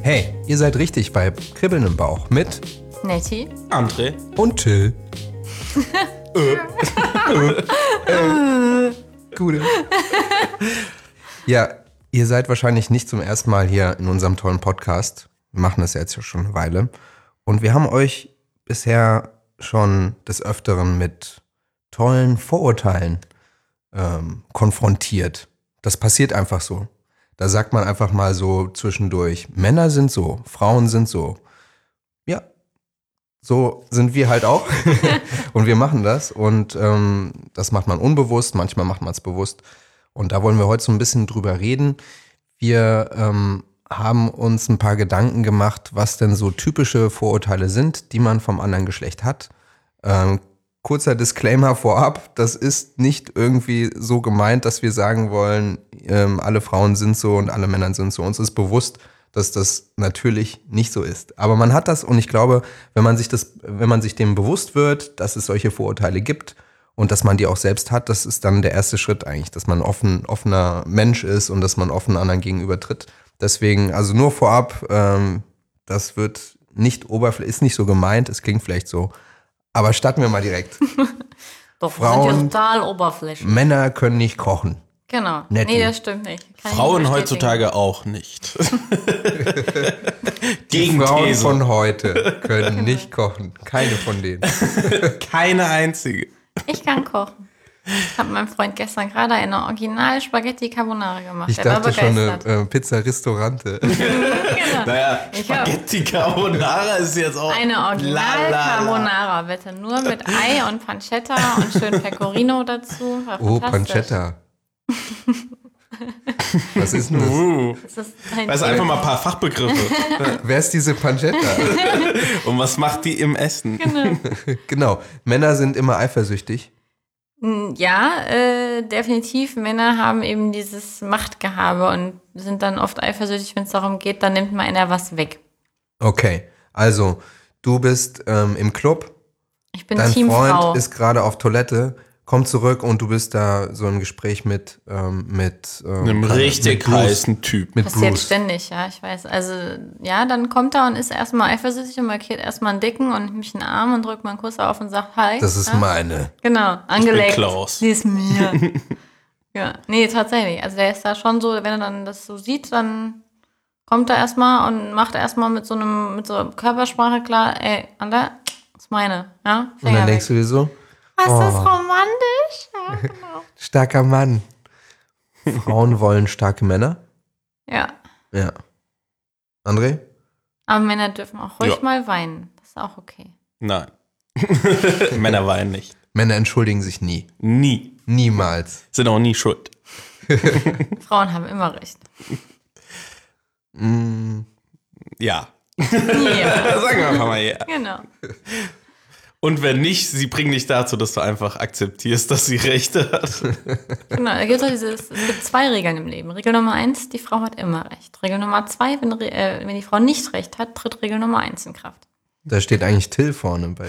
Hey, ihr seid richtig bei Kribbeln im Bauch mit Nettie, André und Till. Gute. Ja, ihr seid wahrscheinlich nicht zum ersten Mal hier in unserem tollen Podcast. Wir machen das jetzt schon eine Weile. Und wir haben euch bisher schon des Öfteren mit tollen Vorurteilen konfrontiert. Das passiert einfach so. Da sagt man einfach mal so zwischendurch, Männer sind so, Frauen sind so. Ja, so sind wir halt auch. Und wir machen das. Und das macht man unbewusst, manchmal macht man es bewusst. Und da wollen wir heute so ein bisschen drüber reden. Wir haben uns ein paar Gedanken gemacht, was denn so typische Vorurteile sind, die man vom anderen Geschlecht hat. Kurzer Disclaimer vorab, das ist nicht irgendwie so gemeint, dass wir sagen wollen, alle Frauen sind so und alle Männer sind so. Uns ist bewusst, dass das natürlich nicht so ist. Aber man hat das und ich glaube, wenn man sich dem bewusst wird, dass es solche Vorurteile gibt und dass man die auch selbst hat, das ist dann der erste Schritt eigentlich, dass man offener Mensch ist und dass man offen anderen gegenüber tritt. Deswegen, also nur vorab, das wird nicht ist nicht so gemeint, es klingt vielleicht so. Aber starten wir mal direkt. Doch, Frauen, wir sind ja total oberflächlich. Männer können nicht kochen. Genau. Nettie. Nee, das stimmt nicht. Kann ich Frauen nicht heutzutage auch nicht. Die Frauen Gegenthese. von heute können nicht kochen. Keine von denen. Keine einzige. Ich kann kochen. Ich habe meinem Freund gestern gerade eine Original Spaghetti Carbonara gemacht. Ich Er war dachte schon begeistert. eine Pizza-Ristorante. Genau. Naja, Ich hab- Spaghetti Carbonara ist jetzt auch... Eine Original Carbonara, bitte. Nur mit Ei und Pancetta und schön Pecorino dazu. War Oh, fantastisch. Pancetta. Was ist denn das? Das ist ein Weiß einfach mal ein paar Fachbegriffe. Wer ist diese Pancetta? Und was macht die im Essen? Genau, Männer sind immer eifersüchtig. Ja, definitiv. Männer haben eben dieses Machtgehabe und sind dann oft eifersüchtig, wenn es darum geht, dann nimmt mal einer was weg. Okay, also du bist im Club, Ich bin dein Teamfrau. Freund ist gerade auf Toilette, kommt zurück und du bist da so im Gespräch mit Einem richtig Bruce. heißen Typ. Mit Passiert Bruce. ständig, ja, ich weiß. Also, ja, dann kommt er und ist erstmal eifersüchtig und markiert erstmal einen Dicken und nimmt mich einen Arm und drückt mal einen Kuss auf und sagt Hi. Das ist ja? meine. Genau, angelegt. Klaus. Sie ist mir. Ja, nee, tatsächlich. Also der ist da schon so, wenn er dann das so sieht, dann kommt er erstmal und macht erstmal mit so Körpersprache klar, ey, Ander, das ist meine. Ja, Und dann denkst du dir so, Was oh. ist romantisch? Ja, genau. starker Mann. Frauen wollen starke Männer. Ja. Ja. André? Aber Männer dürfen auch ruhig Ja. mal weinen. Das ist auch okay. Nein. Männer weinen nicht. Männer entschuldigen sich nie. Nie. Niemals. Sind auch nie schuld. Frauen haben immer recht. Ja. Ja, Sagen wir einfach mal ja. genau. Und wenn nicht, sie bringen dich dazu, dass du einfach akzeptierst, dass sie Rechte hat. Genau, da gibt's es gibt 2 Regeln im Leben. Regel Nummer 1, die Frau hat immer recht. Regel Nummer 2, wenn die Frau nicht recht hat, tritt Regel Nummer 1 in Kraft. Da steht eigentlich Till vorne bei.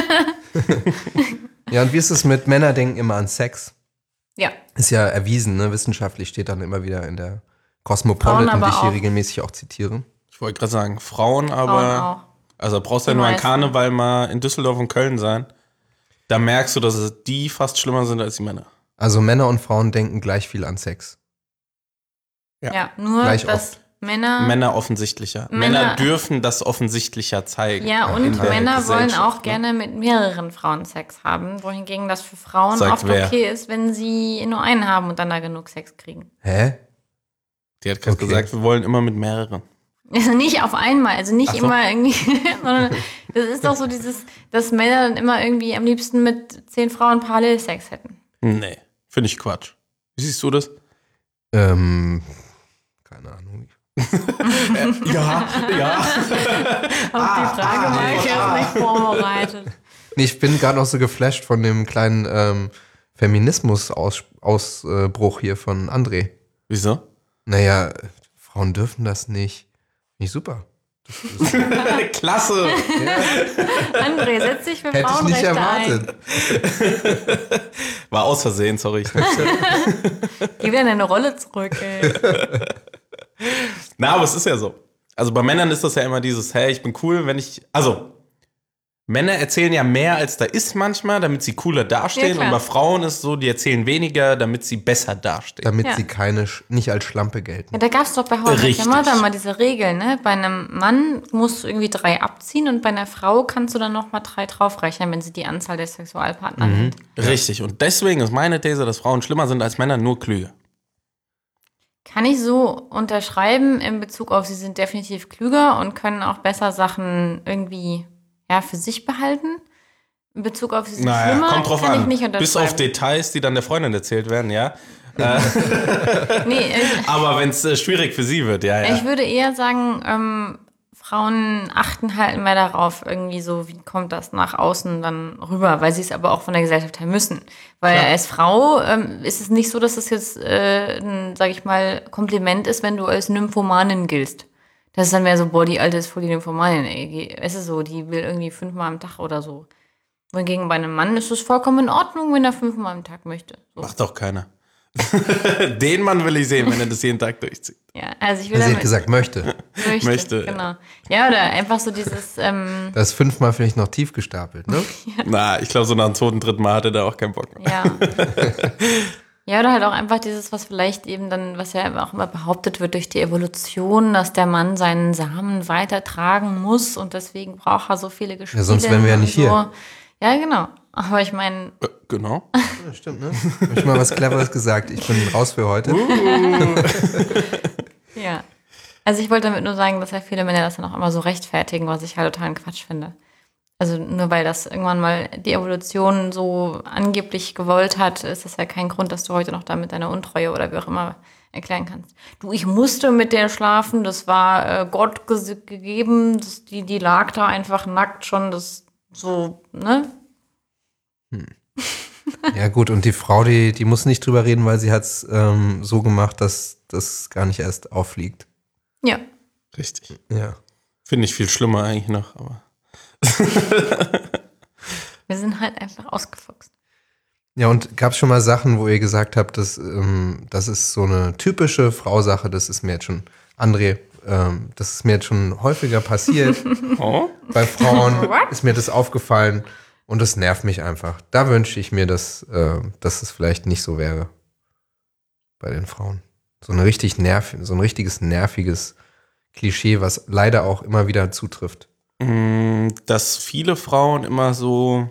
Ja, und wie ist es mit Männer denken immer an Sex? Ja, Ist ja erwiesen, ne? Wissenschaftlich steht dann immer wieder in der Cosmopolitan, Frauen aber die ich hier auch. regelmäßig auch zitiere. Ich wollte gerade sagen, Frauen, aber... Frauen auch. Also brauchst du ja Die nur an meisten. Karneval mal in Düsseldorf und Köln sein. Da merkst du, dass die fast schlimmer sind als die Männer. Also Männer und Frauen denken gleich viel an Sex. Ja, nur, Gleich dass oft. Männer offensichtlicher. Männer dürfen das offensichtlicher zeigen. Ja, und in der Männer wollen Gesellschaft, auch ne? gerne mit mehreren Frauen Sex haben, wohingegen das für Frauen Sagt oft wer? okay ist, wenn sie nur einen haben und dann da genug Sex kriegen. Hä? Die hat gerade Okay. gesagt, wir wollen immer mit mehreren. Also nicht auf einmal, also nicht Ach so. immer irgendwie, sondern das ist doch so dieses, dass Männer dann immer irgendwie am liebsten mit 10 Frauen parallel Sex hätten. Nee, finde ich Quatsch. Wie siehst du das? Keine Ahnung. Ja. Auf die Frage war ich jetzt nicht vorbereitet. Nee, ich bin gerade noch so geflasht von dem kleinen Feminismus-Ausbruch hier von André. Wieso? Naja, Frauen dürfen das nicht. Nicht super. Klasse. André, setz dich für Hätte ich nicht Frauenrechte erwartet. War aus Versehen, sorry. Gib dir deine Rolle zurück, ey. Na, aber es ist ja so. Also bei Männern ist das ja immer dieses, hey, ich bin cool, also Männer erzählen ja mehr, als da ist manchmal, damit sie cooler dastehen. Ja, und bei klar. Frauen ist so, die erzählen weniger, damit sie besser dastehen. Damit Ja. sie nicht als Schlampe gelten. Ja, da gab es doch bei How I Met Richtig. Your Mother mal diese Regeln, ne? Bei einem Mann musst du irgendwie 3 abziehen und bei einer Frau kannst du dann nochmal 3 draufrechnen, wenn sie die Anzahl der Sexualpartner nennt. Richtig. Und deswegen ist meine These, dass Frauen schlimmer sind als Männer, nur klüger. Kann ich so unterschreiben in Bezug auf, sie sind definitiv klüger und können auch besser Sachen irgendwie für sich behalten. In Bezug auf, sie sind schlimmer, kommt drauf kann ich an. nicht unterschreiben. Bis auf Details, die dann der Freundin erzählt werden, ja. Nee, Aber wenn es schwierig für sie wird, ja. ich würde eher sagen, Frauen achten halt mehr darauf, irgendwie so, wie kommt das nach außen dann rüber, weil sie es aber auch von der Gesellschaft her müssen. Weil als Frau ist es nicht so, dass es jetzt, sag ich mal, Kompliment ist, wenn du als Nymphomanin giltst. Das ist dann mehr so, boah, die Alte ist voll die Nymphomanin, ey. Es ist so, die will irgendwie 5-mal am Tag oder so. Wohingegen bei einem Mann ist es vollkommen in Ordnung, wenn er 5-mal am Tag möchte. So. Macht doch keiner. Den Mann will ich sehen, wenn er das jeden Tag durchzieht. Ja, also ich will Sie hat damit gesagt, möchte. möchte. Genau. Ja, oder einfach so dieses, Das 5-mal vielleicht noch tief gestapelt, ne? Na, ich glaube, so nach dem 2., 3. Mal hatte der auch keinen Bock mehr. ja. Ja, oder halt auch einfach dieses, was vielleicht eben dann, was ja auch immer behauptet wird durch die Evolution, dass der Mann seinen Samen weitertragen muss und deswegen braucht er so viele Gespiele. Ja, sonst wären wir ja nicht und so. hier. Ja, genau. Aber ich meine, Genau. Ja, stimmt, ne? Hab ich mal was Cleveres gesagt. Ich bin raus für heute. ja. Also ich wollte damit nur sagen, dass ja viele Männer das dann auch immer so rechtfertigen, was ich halt totalen Quatsch finde. Also nur weil das irgendwann mal die Evolution so angeblich gewollt hat, ist das ja kein Grund, dass du heute noch damit deine Untreue oder wie auch immer erklären kannst. Du, ich musste mit der schlafen, das war Gott gegeben, die lag da einfach nackt schon, das so, ne? Ja gut, und die Frau, die muss nicht drüber reden, weil sie hat es so gemacht, dass das gar nicht erst auffliegt. Ja. Richtig. Ja. Finde ich viel schlimmer eigentlich noch, aber. Wir sind halt einfach ausgefuchst. Ja, und gab es schon mal Sachen, wo ihr gesagt habt, das ist so eine typische Frausache, das ist mir jetzt schon, André, das ist mir jetzt schon häufiger passiert. Oh? Bei Frauen What? ist mir das aufgefallen und das nervt mich einfach. Da wünsche ich mir, dass es vielleicht nicht so wäre bei den Frauen. So ein richtiges nerviges Klischee, was leider auch immer wieder zutrifft. Dass viele Frauen immer so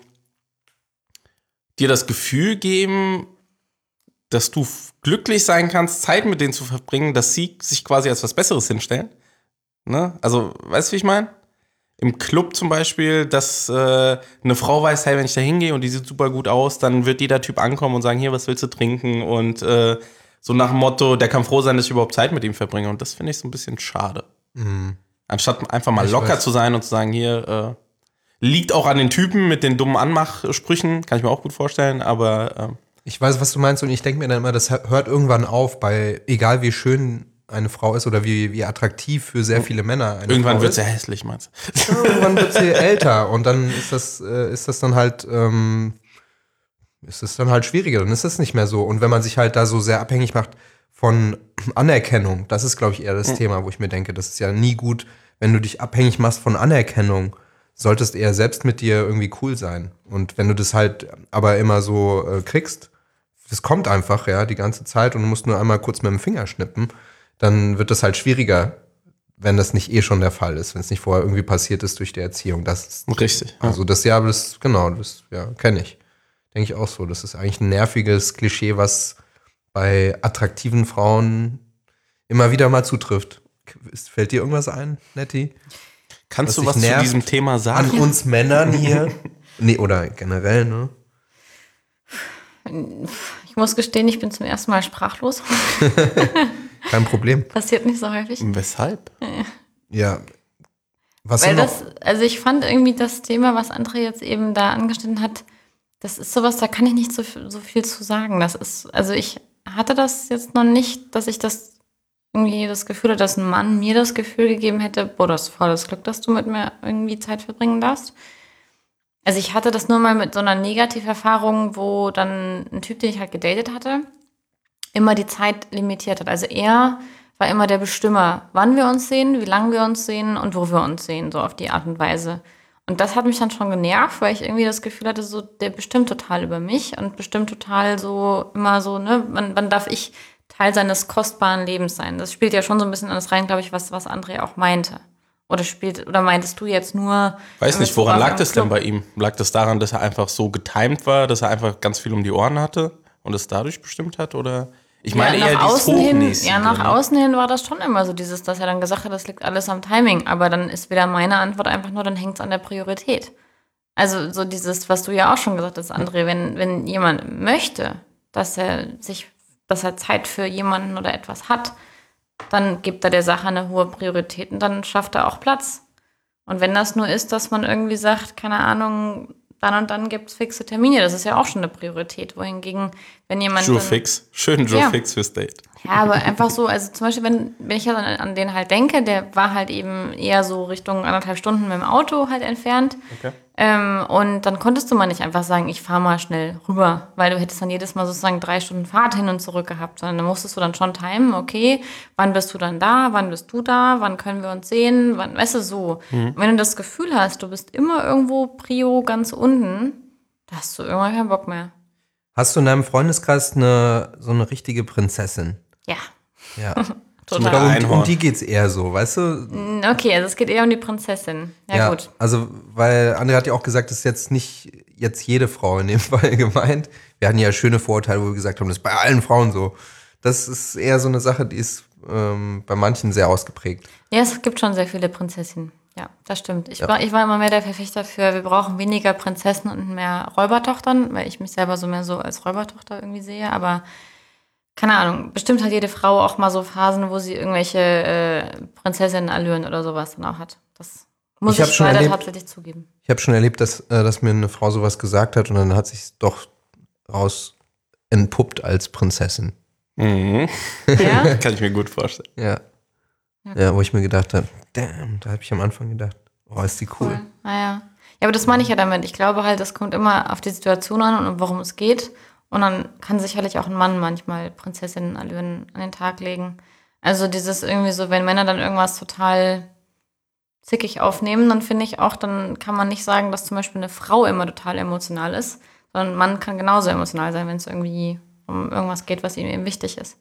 dir das Gefühl geben, dass du glücklich sein kannst, Zeit mit denen zu verbringen, dass sie sich quasi als was Besseres hinstellen. Ne? Also, weißt du, wie ich meine? Im Club zum Beispiel, dass eine Frau weiß, hey, wenn ich da hingehe und die sieht super gut aus, dann wird jeder Typ ankommen und sagen, hier, was willst du trinken? Und so nach dem Motto, der kann froh sein, dass ich überhaupt Zeit mit ihm verbringe. Und das finde ich so ein bisschen schade. Anstatt einfach mal Ich locker weiß. zu sein und zu sagen, hier, liegt auch an den Typen mit den dummen Anmachsprüchen, kann ich mir auch gut vorstellen, aber Ich weiß, was du meinst und ich denke mir dann immer, das hört irgendwann auf, egal wie schön eine Frau ist oder wie attraktiv für sehr viele Männer eine irgendwann Frau wird ist. sie hässlich, meinst du? Ja, irgendwann wird sie älter und dann ist das dann halt ist es dann halt schwieriger, dann ist das nicht mehr so. Und wenn man sich halt da so sehr abhängig macht von Anerkennung, das ist, glaube ich, eher das Thema, wo ich mir denke, das ist ja nie gut, wenn du dich abhängig machst von Anerkennung, solltest eher selbst mit dir irgendwie cool sein. Und wenn du das halt aber immer so kriegst, das kommt einfach, ja, die ganze Zeit und du musst nur einmal kurz mit dem Finger schnippen, dann wird das halt schwieriger, wenn das nicht eh schon der Fall ist, wenn es nicht vorher irgendwie passiert ist durch die Erziehung. Das ist, Richtig. also das kenne ich. Denke ich auch so. Das ist eigentlich ein nerviges Klischee, was bei attraktiven Frauen immer wieder mal zutrifft. Fällt dir irgendwas ein, Nettie? Kannst was du was dich zu nervt diesem Thema An sagen? uns Männern hier? Nee, oder generell, ne? Ich muss gestehen, ich bin zum ersten Mal sprachlos. Kein Problem. Passiert nicht so häufig. Weshalb? Ja. Was Weil sind noch? also ich fand irgendwie das Thema, was André jetzt eben da angeschnitten hat, das ist sowas, da kann ich nicht so viel zu sagen. Das ist, also ich hatte das jetzt noch nicht, dass ich das irgendwie das Gefühl hatte, dass ein Mann mir das Gefühl gegeben hätte, boah, das ist volles Glück, dass du mit mir irgendwie Zeit verbringen darfst. Also ich hatte das nur mal mit so einer Negativerfahrung, wo dann ein Typ, den ich halt gedatet hatte, immer die Zeit limitiert hat. Also er war immer der Bestimmer, wann wir uns sehen, wie lange wir uns sehen und wo wir uns sehen, so auf die Art und Weise. Und das hat mich dann schon genervt, weil ich irgendwie das Gefühl hatte, so, der bestimmt total über mich und bestimmt total so, immer so, ne, wann darf ich Teil seines kostbaren Lebens sein? Das spielt ja schon so ein bisschen alles rein, glaube ich, was André auch meinte. Oder meintest du jetzt nur... Weiß nicht, woran lag das denn bei ihm? Lag das daran, dass er einfach so getimed war, dass er einfach ganz viel um die Ohren hatte und es dadurch bestimmt hat? Oder ich meine eher dieses Hochnäsige. Ja, nach außen hin war das schon immer so dieses, dass er dann gesagt hat, das liegt alles am Timing. Aber dann ist wieder meine Antwort einfach nur, dann hängt es an der Priorität. Also so dieses, was du ja auch schon gesagt hast, André, wenn jemand möchte, dass er Zeit für jemanden oder etwas hat, dann gibt er der Sache eine hohe Priorität und dann schafft er auch Platz. Und wenn das nur ist, dass man irgendwie sagt, keine Ahnung, dann und dann gibt es fixe Termine, das ist ja auch schon eine Priorität. Wohingegen, wenn jemand... Fix, schön Fix fürs Date. Ja, aber einfach so, also zum Beispiel, wenn ich an den halt denke, der war halt eben eher so Richtung 1,5 Stunden mit dem Auto halt entfernt. Okay. Und dann konntest du mal nicht einfach sagen, ich fahre mal schnell rüber, weil du hättest dann jedes Mal sozusagen 3 Stunden Fahrt hin und zurück gehabt, sondern dann musstest du dann schon timen, okay, wann bist du dann da, wann bist du da, wann können wir uns sehen, wann, weißt du, so. Und wenn du das Gefühl hast, du bist immer irgendwo Prio ganz unten, da hast du irgendwann keinen Bock mehr. Hast du in deinem Freundeskreis so eine richtige Prinzessin? Ja. Ja. Total. Um die geht's eher so, weißt du? Okay, also es geht eher um die Prinzessin. Ja, gut. Also, weil André hat ja auch gesagt, das ist jetzt nicht jede Frau in dem Fall gemeint. Wir hatten ja schöne Vorurteile, wo wir gesagt haben, das ist bei allen Frauen so. Das ist eher so eine Sache, die ist bei manchen sehr ausgeprägt. Ja, es gibt schon sehr viele Prinzessinnen. Ja, das stimmt. Ich war immer mehr der Verfechter für, wir brauchen weniger Prinzessinnen und mehr Räubertochtern, weil ich mich selber so mehr so als Räubertochter irgendwie sehe, aber keine Ahnung, bestimmt hat jede Frau auch mal so Phasen, wo sie irgendwelche Prinzessinnen-Allüren oder sowas dann auch hat. Das muss ich leider tatsächlich zugeben. Ich habe schon erlebt, dass mir eine Frau sowas gesagt hat und dann hat sich doch raus entpuppt als Prinzessin. Mhm. Ja? Kann ich mir gut vorstellen. Ja. Ja, wo ich mir gedacht habe, damn, da habe ich am Anfang gedacht, oh, ist die cool. Naja. Ja, aber das meine ich ja damit. Ich glaube halt, das kommt immer auf die Situation an und worum es geht. Und dann kann sicherlich auch ein Mann manchmal Prinzessinnen-Allüren an den Tag legen. Also dieses irgendwie so, wenn Männer dann irgendwas total zickig aufnehmen, dann finde ich auch, dann kann man nicht sagen, dass zum Beispiel eine Frau immer total emotional ist, sondern ein Mann kann genauso emotional sein, wenn es irgendwie um irgendwas geht, was ihm eben wichtig ist.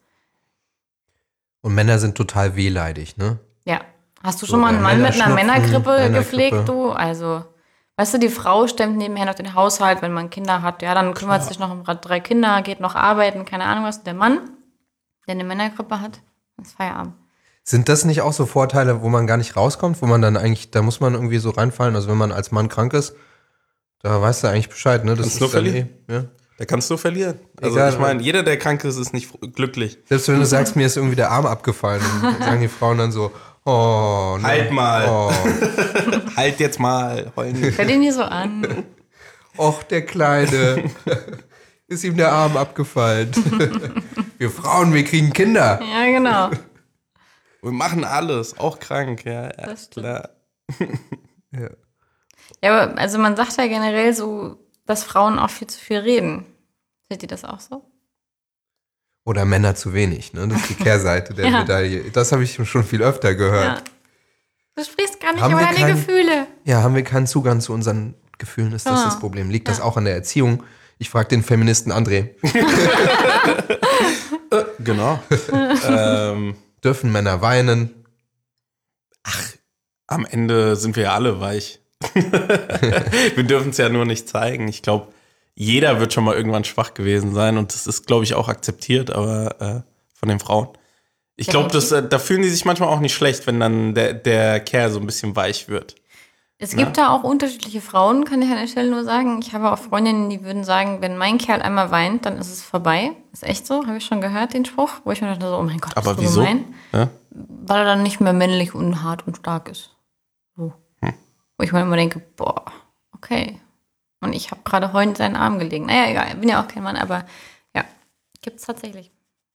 Und Männer sind total wehleidig, ne? Ja. Hast du schon mal einen Mann mit einer Männergrippe gepflegt, du? Also... Weißt du, die Frau stemmt nebenher noch den Haushalt, wenn man Kinder hat. Ja, dann kümmert sich noch um 3 Kinder, geht noch arbeiten, keine Ahnung was. Der Mann, der eine Männergrippe hat, ist Feierabend. Sind das nicht auch so Vorteile, wo man gar nicht rauskommt, wo man dann eigentlich, da muss man irgendwie so reinfallen? Also wenn man als Mann krank ist, da weißt du eigentlich Bescheid, ne? Das kannst du verlieren. Ja. Da kannst du verlieren. Also Egal, ich meine, jeder, der krank ist nicht glücklich. Selbst wenn du sagst, mir ist irgendwie der Arm abgefallen, dann sagen die Frauen dann so, oh, ne, halt mal. Oh. Halt jetzt mal. Fällt ihn nie so an. Och, der Kleine. Ist ihm der Arm abgefallen. Wir Frauen, wir kriegen Kinder. Ja, genau. Wir machen alles, auch krank. Ja, Das stimmt. klar. Ja. Ja, aber also man sagt ja generell so, dass Frauen auch viel zu viel reden. Seht ihr das auch so? Oder Männer zu wenig, ne? Das ist die Kehrseite der Ja. Medaille. Das habe ich schon viel öfter gehört. Ja. Du sprichst gar nicht Haben über wir deine Gefühle. Ja, haben wir keinen Zugang zu unseren Gefühlen, ist das Ja. das Problem. Liegt das auch an der Erziehung? Ich frage den Feministen André. Genau. Dürfen Männer weinen? Am Ende sind wir ja alle weich. Wir dürfen es ja nur nicht zeigen. Ich glaube, jeder wird schon mal irgendwann schwach gewesen sein und das ist, glaube ich, auch akzeptiert, aber von den Frauen. Ich glaube, da fühlen die sich manchmal auch nicht schlecht, wenn dann der Kerl so ein bisschen weich wird. Es gibt da auch unterschiedliche Frauen, kann ich an der Stelle nur sagen. Ich habe auch Freundinnen, die würden sagen, wenn mein Kerl einmal weint, dann ist es vorbei. Ist echt so, habe ich schon gehört, den Spruch, wo ich mir dachte so, oh mein Gott, Aber bist du wieso? gemein? Ja? Weil er dann nicht mehr männlich und hart und stark ist. So. Wo ich mir immer denke, boah, okay. Und ich habe gerade heulend in seinen Arm gelegen. Naja, egal, ich bin ja auch kein Mann, aber ja, gibt's tatsächlich.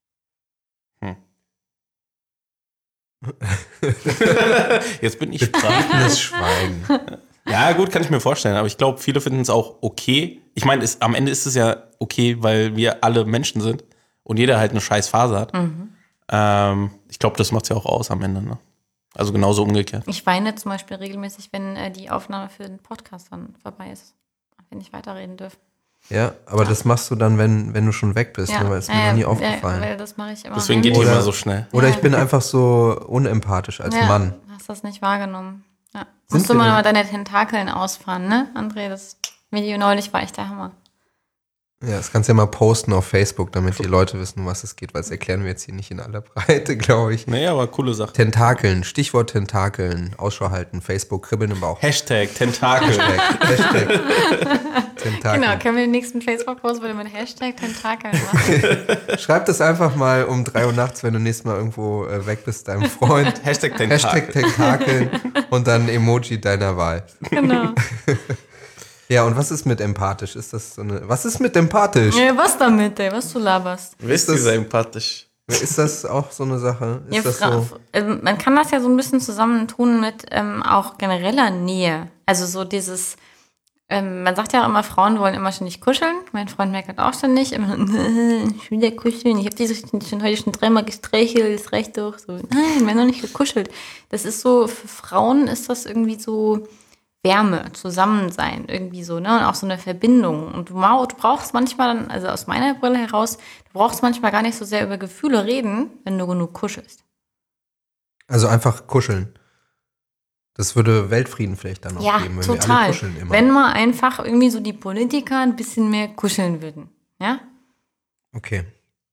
Jetzt bin ich sprachlos. Das Schweigen. Ja, gut, kann ich mir vorstellen. Aber ich glaube, viele finden es auch okay. Ich meine, am Ende ist es ja okay, weil wir alle Menschen sind und jeder halt eine scheiß Phase hat. Ich glaube, das macht es ja auch aus am Ende, ne? Also genauso umgekehrt. Ich weine zum Beispiel regelmäßig, wenn die Aufnahme für den Podcast dann vorbei ist. Wenn ich weiterreden darf. Ja, aber das machst du dann, wenn du schon weg bist, Ja. ne? Weil es mir noch nie aufgefallen. Weil das mache ich immer. Deswegen geht die immer so schnell. Oder ich bin einfach so unempathisch als Mann. Hast das nicht wahrgenommen. Ja. Sind Musst du wir mal denn- deine Tentakeln ausfahren, ne, André? Das Video neulich war echt der Hammer. Ja, das kannst du ja mal posten auf Facebook, damit die Leute wissen, um was es geht, weil das erklären wir jetzt hier nicht in aller Breite, glaube ich. Nee, aber coole Sache. Tentakeln, Stichwort Tentakeln, Ausschau halten, Facebook, Kribbeln im Bauch. Hashtag Tentakel. Hashtag Tentakeln. Genau, können wir den nächsten Facebook-Post wieder mit Hashtag Tentakeln machen? Schreib das einfach mal um 3 Uhr nachts, wenn du nächstes Mal irgendwo weg bist, deinem Freund. Hashtag Tentakel. Hashtag Tentakeln und dann Emoji deiner Wahl. Genau. Ja, und was ist mit empathisch? Ist das so eine. Was ist mit empathisch? Was damit, ey? Was du laberst? Wisst das- ihr sehr empathisch? Ist das auch so eine Sache? Ist Ja, das so? man kann das ja so ein bisschen zusammentun mit auch genereller Nähe. Also so dieses, man sagt ja auch immer, Frauen wollen immer ständig kuscheln. Mein Freund merkt halt auch ständig immer, ich will ja kuscheln. Ich habe die heute schon 3-mal gestreichelt, das reicht doch. So, nein, wir haben noch nicht gekuschelt. Das ist so, für Frauen ist das irgendwie so Wärme, Zusammensein, irgendwie so, ne? Und auch so eine Verbindung. Und du brauchst manchmal dann, also aus meiner Brille heraus, du brauchst manchmal gar nicht so sehr über Gefühle reden, wenn du genug kuschelst. Also einfach kuscheln. Das würde Weltfrieden vielleicht dann auch Ja, geben, wenn wir alle total. kuscheln immer. Wenn mal einfach irgendwie so die Politiker ein bisschen mehr kuscheln würden, ja? Okay.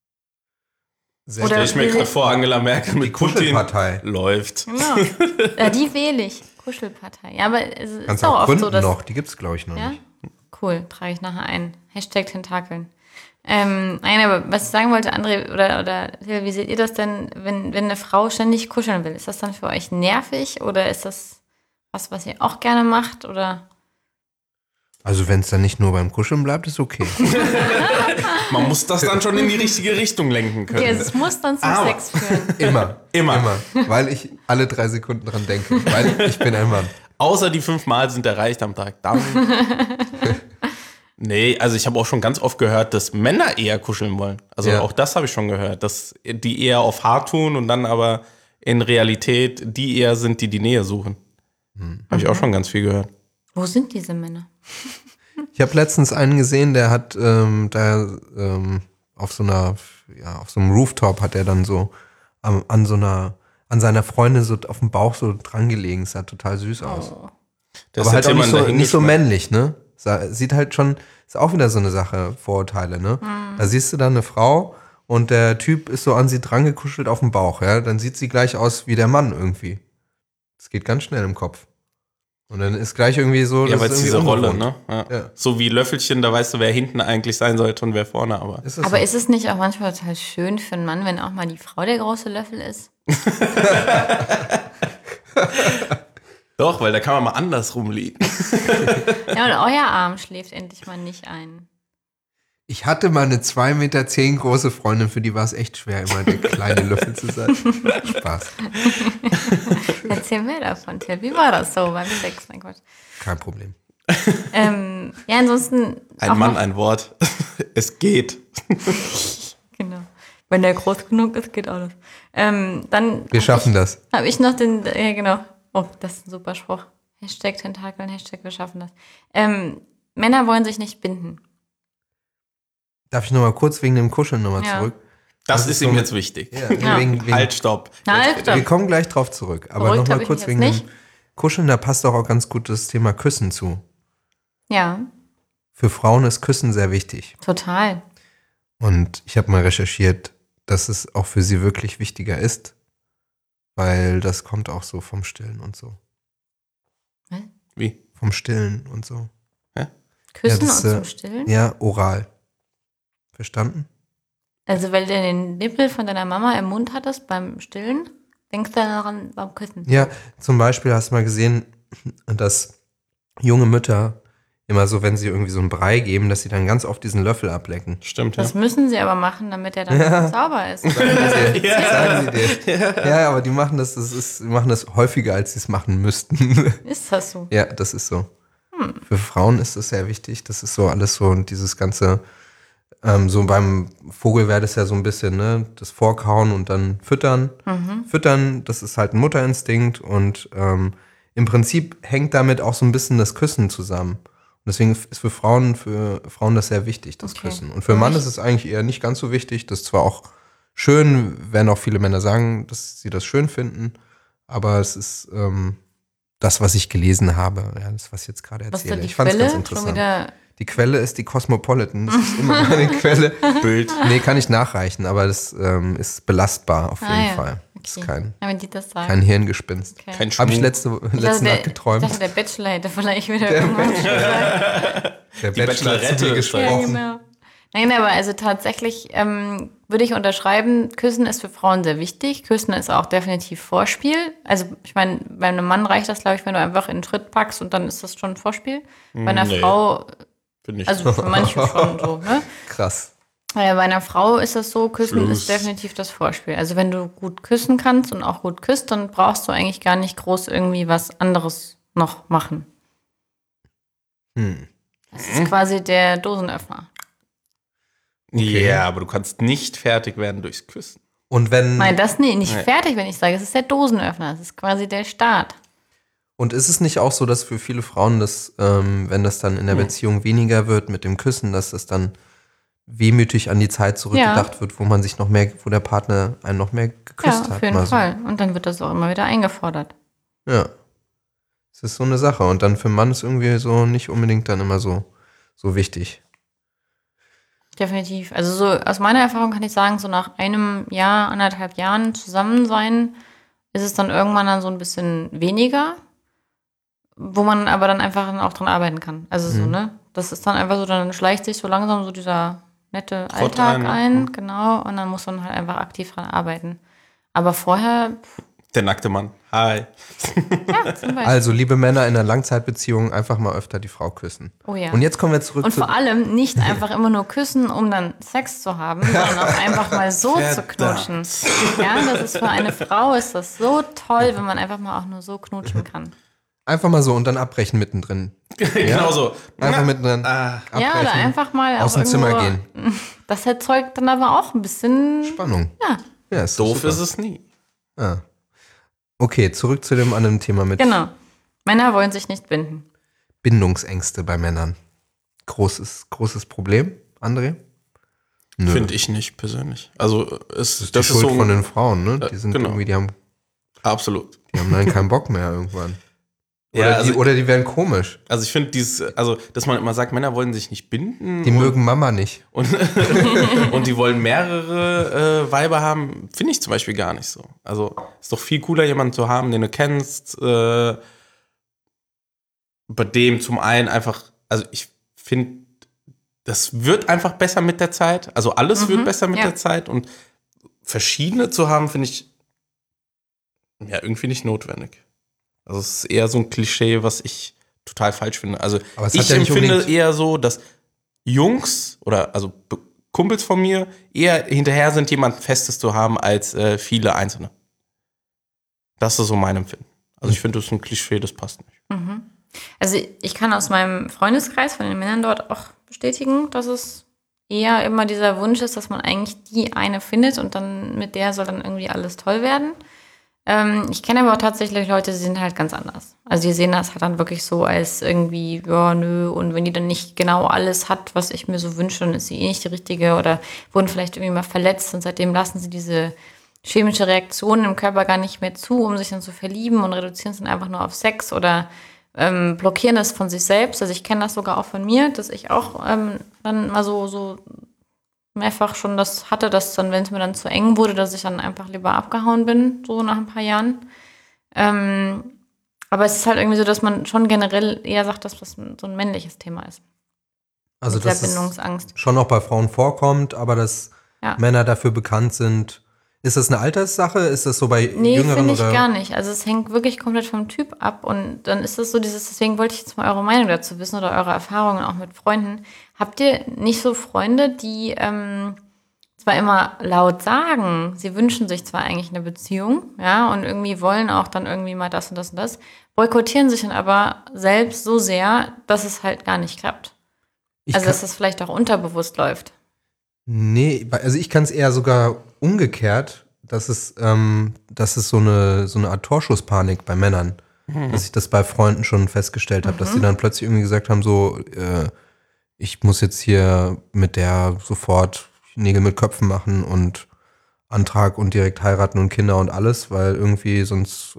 Sehr Oder- Stell ich mir gerade vor, Angela Merkel Die mit Putin Kuschelpartei. läuft. Genau. Die wähle ich. Kuschelpartei. Ja, aber es ist Kannst auch auch oft gründen so, dass... noch. Die gibt's, glaube ich, noch Ja? nicht. Cool, trage ich nachher ein. Hashtag Tentakeln. Nein, aber was ich sagen wollte, André, oder Till, wie seht ihr das denn, wenn eine Frau ständig kuscheln will? Ist das dann für euch nervig oder ist das was ihr auch gerne macht? Oder? Also wenn es dann nicht nur beim Kuscheln bleibt, ist okay. Man muss das dann schon in die richtige Richtung lenken können. Ja, es muss dann zum Aber- Sex führen. Immer. Immer. Weil ich alle 3 Sekunden dran denke. Weil ich bin ein Mann. Außer die 5 Mal sind erreicht am Tag. Dann. Nee, also ich habe auch schon ganz oft gehört, dass Männer eher kuscheln wollen. Also Ja. auch das habe ich schon gehört, dass die eher auf hart tun und dann aber in Realität die eher sind, die die Nähe suchen. Habe ich auch schon ganz viel gehört. Wo sind diese Männer? Ich habe letztens einen gesehen, der hat auf so einem Rooftop hat er dann so an seiner Freundin so auf dem Bauch so dran gelegen. Es sah total süß aus. Oh. Da Aber ist halt jetzt auch jemand nicht so dahingeschmissen. männlich, ne? Sieht halt schon, ist auch wieder so eine Sache, Vorurteile, ne? Da siehst du dann eine Frau und der Typ ist so an sie dran gekuschelt auf dem Bauch, ja? Dann sieht sie gleich aus wie der Mann irgendwie. Das geht ganz schnell im Kopf. Und dann ist gleich irgendwie so, Ja, das weil ist es irgendwie diese Rolle, ungewohnt. ne? Ja. Ja. So wie Löffelchen, da weißt du, wer hinten eigentlich sein sollte und wer vorne, aber. Ist das Aber so? ist es nicht auch manchmal total schön für einen Mann, wenn auch mal die Frau der große Löffel ist? Doch, weil da kann man mal andersrum liegen. Ja, und euer Arm schläft endlich mal nicht ein. Ich hatte mal eine 2,10 Meter große Freundin, für die war es echt schwer, immer der kleine Löffel zu sein. Spaß. Erzähl mehr davon, Till. Wie war das so beim Sex? Mein Gott. Kein Problem. Ja, ansonsten. auch Ein Mann, noch, ein Wort. Es geht. Genau. Wenn der groß genug ist, geht alles. Dann Wir schaffen das. habe ich noch den. Ja, genau. Oh, das ist ein super Spruch. Hashtag Tentakeln, Hashtag wir schaffen das. Männer wollen sich nicht binden. Darf ich nochmal kurz wegen dem Kuscheln nochmal Ja. zurück? Das Das ist ist ihm so- jetzt wichtig. Ja, Ja. wegen, Halt, stopp. Halt, stopp. Wir kommen gleich drauf zurück. Aber Beruhigt nochmal hab ich kurz mich wegen jetzt dem Kuscheln, da passt auch ganz gut das Thema Küssen zu. Ja, Für Frauen ist Küssen sehr wichtig. total. Und ich habe mal recherchiert, dass es auch für sie wirklich wichtiger ist, weil das kommt auch so vom Stillen und so. Wie? Vom Stillen und so. Küssen das, und zum Stillen? Ja, oral. Verstanden? Also, weil du den Nippel von deiner Mama im Mund hattest beim Stillen, denkst du daran beim Küssen? Ja, zum Beispiel hast du mal gesehen, dass junge Mütter immer so, wenn sie irgendwie so einen Brei geben, dass sie dann ganz oft diesen Löffel ablecken. Stimmt, ja. Das müssen sie aber machen, damit er dann Ja. sauber ist. Sagen sie dir. Ja, aber die machen die machen das häufiger, als sie es machen müssten. Ist das so? Ja, das ist so. Für Frauen ist das sehr wichtig. Das ist so alles so und dieses ganze So beim Vogel wäre das ja so ein bisschen, ne, das Vorkauen und dann füttern. Füttern, das ist halt ein Mutterinstinkt und im Prinzip hängt damit auch so ein bisschen das Küssen zusammen. Und deswegen ist für Frauen das sehr wichtig, das Okay. Küssen. Und für einen Mann ist es eigentlich eher nicht ganz so wichtig. Das ist zwar auch schön, werden auch viele Männer sagen, dass sie das schön finden, aber es ist das, was ich gelesen habe, ja, das, was ich jetzt gerade Was ist erzähle. denn die Ich fand es Quelle? ganz Schon interessant. wieder. Die Quelle ist die Cosmopolitan. Das ist immer meine Quelle. Bild. Nee, kann ich nachreichen, aber das ist belastbar auf jeden Ja. Fall. Das ist Okay. Ja, wenn die das sagen. kein Hirngespinst. Okay. Kein Habe ich Schmuck. letzte Nacht Ich geträumt. dachte, der Bachelor hätte vielleicht wieder irgendwas gesagt. Der Die Bachelor hat zu Bachelorette mir ist Ja, gesprochen. genau. Nein, aber also tatsächlich würde ich unterschreiben, Küssen ist für Frauen sehr wichtig. Küssen ist auch definitiv Vorspiel. Also ich meine, bei einem Mann reicht das, glaube ich, wenn du einfach in den Schritt packst und dann ist das schon Vorspiel. Bei einer Nee. Frau, Finde ich. also für manche schon so, ne? Krass. Bei einer Frau ist das so, Küssen Schluss. ist definitiv das Vorspiel. Also wenn du gut küssen kannst und auch gut küsst, dann brauchst du eigentlich gar nicht groß irgendwie was anderes noch machen. Das ist quasi der Dosenöffner. Ja, aber du kannst nicht fertig werden durchs Küssen. Und wenn Nein, das nicht Nee. fertig, wenn ich sage, es ist der Dosenöffner. Es ist quasi der Start. und ist es nicht auch so, dass für viele Frauen das, wenn das dann in der Beziehung weniger wird mit dem Küssen, dass das dann wehmütig an die Zeit zurückgedacht wird, wo man sich noch mehr, wo der Partner einen noch mehr geküsst Ja, hat. auf jeden mal so. Fall. Und dann wird das auch immer wieder eingefordert. Ja. Es ist so eine Sache. Und dann für einen Mann ist irgendwie so nicht unbedingt dann immer so wichtig. Definitiv. Also so aus meiner Erfahrung kann ich sagen, so nach einem Jahr, 1,5 Jahren zusammen sein, ist es dann irgendwann dann so ein bisschen weniger, wo man aber dann einfach dann auch dran arbeiten kann. Also so, ne? Das ist dann einfach so, dann schleicht sich so langsam so dieser nette Trott Alltag ein, ne? ein, genau, und dann muss man halt einfach aktiv dran arbeiten. Aber vorher, Der nackte Mann. Hi. ja, zum Beispiel. Also, liebe Männer in einer Langzeitbeziehung, einfach mal öfter die Frau küssen. Oh ja. Und jetzt kommen wir zurück Und zu. vor allem nicht einfach immer nur küssen, um dann Sex zu haben, sondern auch einfach mal so zu knutschen. Ja, das ist für eine Frau ist das so toll, wenn man einfach mal auch nur so knutschen kann. Einfach mal so und dann abbrechen mittendrin. Genau so. Einfach mittendrin. Ja, oder abbrechen, einfach mal aus auch dem Zimmer irgendwo- gehen. Das erzeugt dann aber auch ein bisschen. Spannung. Ja, Ja, ist Doof super. ist es nie. Ah. Okay, zurück zu dem anderen Thema mit genau. Männer wollen sich nicht binden. Bindungsängste bei Männern. Großes Problem, André? Nö. Finde ich nicht persönlich. Also Das ist die Schuld von den Frauen, ne? Die sind genau. irgendwie, die haben Absolut. dann keinen Bock mehr irgendwann. Ja, Oder, also, oder die werden komisch. also ich finde dass man immer sagt, Männer wollen sich nicht binden. Die mögen Mama nicht. und die wollen mehrere Weiber haben, finde ich zum Beispiel gar nicht so. Also ist doch viel cooler, jemanden zu haben, den du kennst, bei dem zum einen einfach, also ich finde, das wird einfach besser mit der Zeit. Also alles wird besser mit ja. der Zeit und verschiedene zu haben, finde ich ja irgendwie nicht notwendig. Also es ist eher so ein Klischee, was ich total falsch finde. Also Aber es hat ich ja nicht empfinde unbedingt- eher so, dass Jungs oder also Kumpels von mir eher hinterher sind, jemand Festes zu haben, als viele Einzelne. Das ist so mein Empfinden. Also ich finde, das ist ein Klischee, das passt nicht. Also ich kann aus meinem Freundeskreis von den Männern dort auch bestätigen, dass es eher immer dieser Wunsch ist, dass man eigentlich die eine findet und dann mit der soll dann irgendwie alles toll werden. Ich kenne aber auch tatsächlich Leute, die sind halt ganz anders. Also die sehen das halt dann wirklich so als irgendwie, ja, nö, und wenn die dann nicht genau alles hat, was ich mir so wünsche, dann ist sie eh nicht die richtige oder wurden vielleicht irgendwie mal verletzt und seitdem lassen sie diese chemische Reaktionen im Körper gar nicht mehr zu, um sich dann zu verlieben und reduzieren es dann einfach nur auf Sex oder blockieren das von sich selbst. Also ich kenne das sogar auch von mir, dass ich auch dann mal so mehrfach schon das hatte, dass dann, wenn es mir dann zu eng wurde, dass ich dann einfach lieber abgehauen bin, so nach ein paar Jahren. Aber es ist halt irgendwie so, dass man schon generell eher sagt, dass das so ein männliches Thema ist. Also Mit der dass es Bindungsangst. schon auch bei Frauen vorkommt, aber dass Ja. Männer dafür bekannt sind. Ist das eine Alterssache? Ist das so bei Nee, Jüngeren finde ich oder? gar nicht. Also es hängt wirklich komplett vom Typ ab und dann ist es so deswegen wollte ich jetzt mal eure Meinung dazu wissen oder eure Erfahrungen auch mit Freunden. Habt ihr nicht so Freunde, die zwar immer laut sagen, sie wünschen sich zwar eigentlich eine Beziehung, ja, und irgendwie wollen auch dann irgendwie mal das und das und das, boykottieren sich dann aber selbst so sehr, dass es halt gar nicht klappt. Also dass es vielleicht auch unterbewusst läuft. Nee, also ich kann es eher sogar umgekehrt, dass es so eine Art Torschusspanik bei Männern, dass ich das bei Freunden schon festgestellt habe, dass die dann plötzlich irgendwie gesagt haben, so, ich muss jetzt hier mit der sofort Nägel mit Köpfen machen und Antrag und direkt heiraten und Kinder und alles, weil irgendwie sonst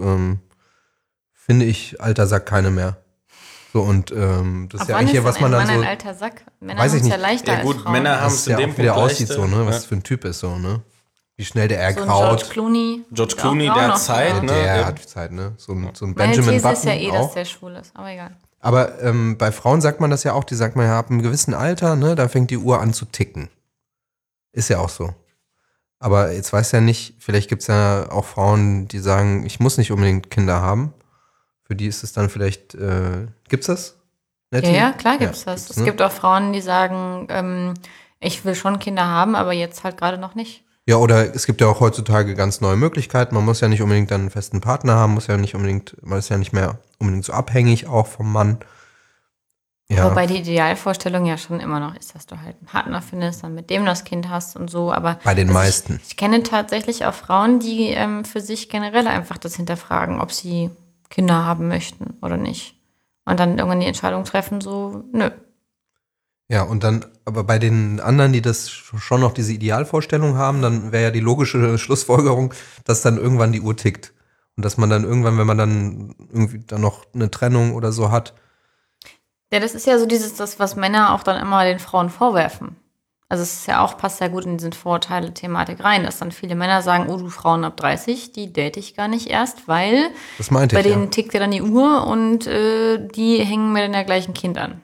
finde ich, alter Sack keine mehr. So und das ist ja eigentlich, was man dann so, ein alter Sack? Männer weiß ich haben es ja nicht. leichter Ja gut, als Frauen. Männer haben das es ist in ja dem auch, wie der Punkt aussieht, leichter, so, ne? Was ja. für ein Typ ist, so, ne? Wie schnell der So ein George ergraut. Clooney. George Clooney, der hat Zeit, ne? Der Ja. hat Zeit, ne? So ein Meine Benjamin These Button ist ja eh, dass auch. der schwul ist, aber egal. Aber bei Frauen sagt man das ja auch, die sagt man ja, ab einem gewissen Alter, ne, da fängt die Uhr an zu ticken. Ist ja auch so. Aber jetzt weiß ja nicht, vielleicht gibt es ja auch Frauen, die sagen, ich muss nicht unbedingt Kinder haben. Für die ist es dann vielleicht, gibt's das? Nettie? Ja, klar gibt's Ja, das. gibt's, Es ne? gibt auch Frauen, die sagen, ich will schon Kinder haben, aber jetzt halt gerade noch nicht. Ja, oder es gibt ja auch heutzutage ganz neue Möglichkeiten. Man muss ja nicht unbedingt dann einen festen Partner haben, man ist ja nicht mehr unbedingt so abhängig auch vom Mann. Ja, Wobei die Idealvorstellung ja schon immer noch ist, dass du halt einen Partner findest, dann mit dem das Kind hast und so. Aber bei den meisten. Ich kenne tatsächlich auch Frauen, die für sich generell einfach das hinterfragen, ob sie Kinder haben möchten oder nicht. Und dann irgendwann die Entscheidung treffen, so, nö. Ja, und dann, aber bei den anderen, die das schon noch diese Idealvorstellung haben, dann wäre ja die logische Schlussfolgerung, dass dann irgendwann die Uhr tickt. Und dass man dann irgendwann, wenn man dann irgendwie dann noch eine Trennung oder so hat. Ja, das ist ja so das, was Männer auch dann immer den Frauen vorwerfen. Also es ist ja auch, passt ja gut in diese Vorurteile-Thematik rein, dass dann viele Männer sagen, oh, du Frauen ab 30, die date ich gar nicht erst, weil Das meinte bei ich, denen ja. tickt ja dann die Uhr und die hängen mir dann ja gleich ein Kind an.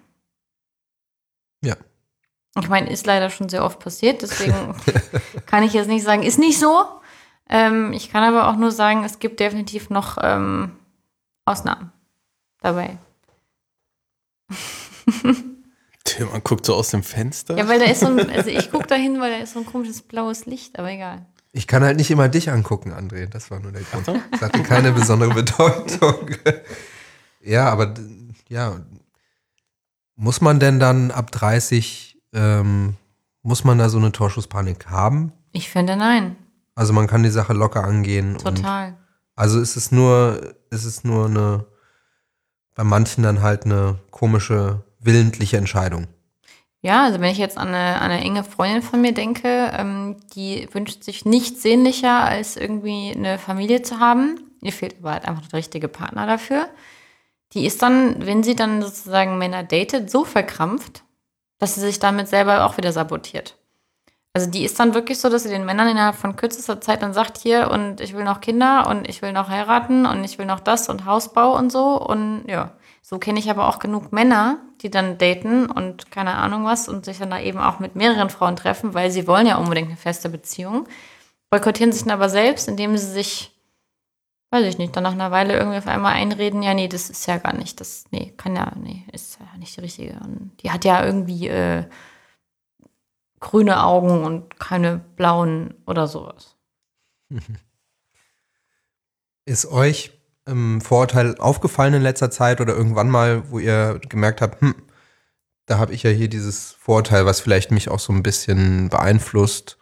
Ja. Ich meine, ist leider schon sehr oft passiert, deswegen kann ich jetzt nicht sagen, ist nicht so. Ich kann aber auch nur sagen, es gibt definitiv noch Ausnahmen dabei. Man guckt so aus dem Fenster. Ja, weil da ist so ein, also ich gucke da hin, weil da ist so ein komisches blaues Licht, aber egal. Ich kann halt nicht immer dich angucken, André. Das war nur der Grund. Das hatte keine besondere Bedeutung. Ja, aber ja. Muss man denn dann ab 30, muss man da so eine Torschusspanik haben? Ich finde nein, Also man kann die Sache locker angehen. Und total. also ist es nur eine, bei manchen dann halt eine komische, willentliche Entscheidung. Ja, also wenn ich jetzt an eine enge Freundin von mir denke, die wünscht sich nichts sehnlicher, als irgendwie eine Familie zu haben. Ihr fehlt aber halt einfach der richtige Partner dafür. Die ist dann, wenn sie dann sozusagen Männer datet, so verkrampft, dass sie sich damit selber auch wieder sabotiert. Also die ist dann wirklich so, dass sie den Männern innerhalb von kürzester Zeit dann sagt, hier, und ich will noch Kinder und ich will noch heiraten und ich will noch das und Hausbau und so. Und ja, so kenne ich aber auch genug Männer, die dann daten und keine Ahnung was und sich dann da eben auch mit mehreren Frauen treffen, weil sie wollen ja unbedingt eine feste Beziehung, boykottieren sich dann aber selbst, indem sie sich, weiß ich nicht, dann nach einer Weile irgendwie auf einmal einreden, ja, nee, das ist ja gar nicht, ist ja nicht die richtige. Und die hat ja irgendwie grüne Augen und keine blauen oder sowas. Ist euch Vorurteil aufgefallen in letzter Zeit oder irgendwann mal, wo ihr gemerkt habt, da habe ich ja hier dieses Vorurteil, was vielleicht mich auch so ein bisschen beeinflusst.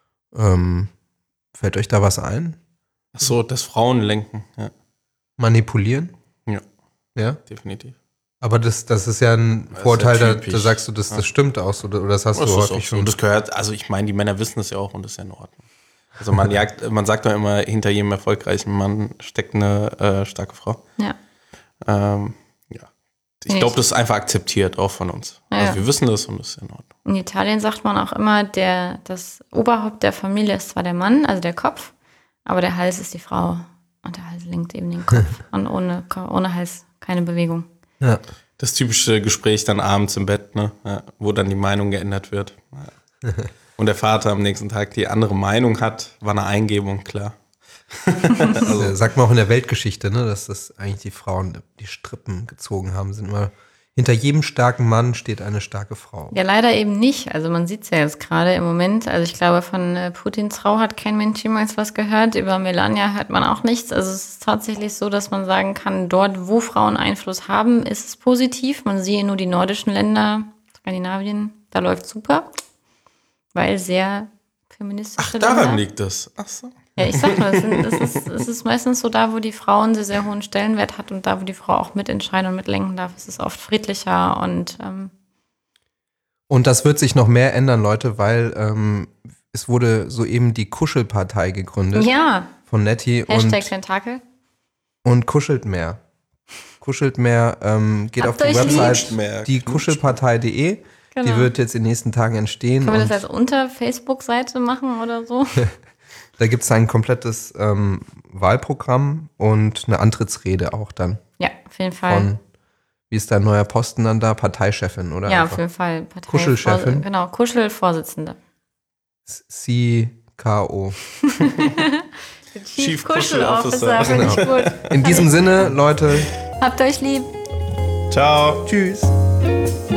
Fällt euch da was ein? Ach so, das Frauen lenken. Ja, Manipulieren? ja, Ja. definitiv. Aber das ist ja ein Das ist Vorurteil, ja da typisch. sagst du, das stimmt auch so, oder das hast Das du ist auch häufig so. Und schon. das gehört, also ich meine, die Männer wissen das ja auch und das ist ja in Ordnung. Also man sagt doch immer, hinter jedem erfolgreichen Mann steckt eine starke Frau. Ja. Ja. Ich glaube, das ist einfach akzeptiert, auch von uns. Ja. Also wir wissen das und das ist in Ordnung. In Italien sagt man auch immer, das Oberhaupt der Familie ist zwar der Mann, also der Kopf, aber der Hals ist die Frau. Und der Hals lenkt eben den Kopf. Und ohne Hals keine Bewegung. Ja. Das typische Gespräch dann abends im Bett, ne? Ja, wo dann die Meinung geändert wird. Ja. Und der Vater am nächsten Tag die andere Meinung hat, war eine Eingebung, klar. Also, sagt man auch in der Weltgeschichte, ne, dass das eigentlich die Frauen die Strippen gezogen haben, sind immer, hinter jedem starken Mann steht eine starke Frau. Ja, leider eben nicht. Also man sieht es ja jetzt gerade im Moment. Also ich glaube, von Putins Frau hat kein Mensch jemals was gehört. Über Melania hört man auch nichts. Also es ist tatsächlich so, dass man sagen kann, dort, wo Frauen Einfluss haben, ist es positiv. Man sieht nur die nordischen Länder, Skandinavien, da läuft super. weil sehr feministische Ach, daran Länder. liegt es. Ach so. Ja, ich sag mal, es ist meistens so da, wo die Frau einen sehr, sehr hohen Stellenwert hat und da, wo die Frau auch mitentscheiden und mitlenken darf, ist es oft friedlicher Und das wird sich noch mehr ändern, Leute, weil es wurde soeben die Kuschelpartei gegründet ja, von Nettie Hashtag Tentakel. und kuschelt mehr. Kuschelt mehr, geht Habt auf die euch lieb. Website dieKuschelpartei.de. Genau. Die wird jetzt in den nächsten Tagen entstehen. Können wir das Und als Unter-Facebook-Seite machen oder so? da gibt es ein komplettes Wahlprogramm und eine Antrittsrede auch dann. Ja, auf jeden Fall. Von, wie ist dein neuer Posten dann da? Parteichefin, oder? Ja, einfach? auf jeden Fall. Kuschelchefin? Genau, Kuschelvorsitzende. CKO. Chief Kuschelofficer, Kuschel finde ich Genau. gut. In diesem Sinne, Leute, Habt euch lieb. Ciao. tschüss.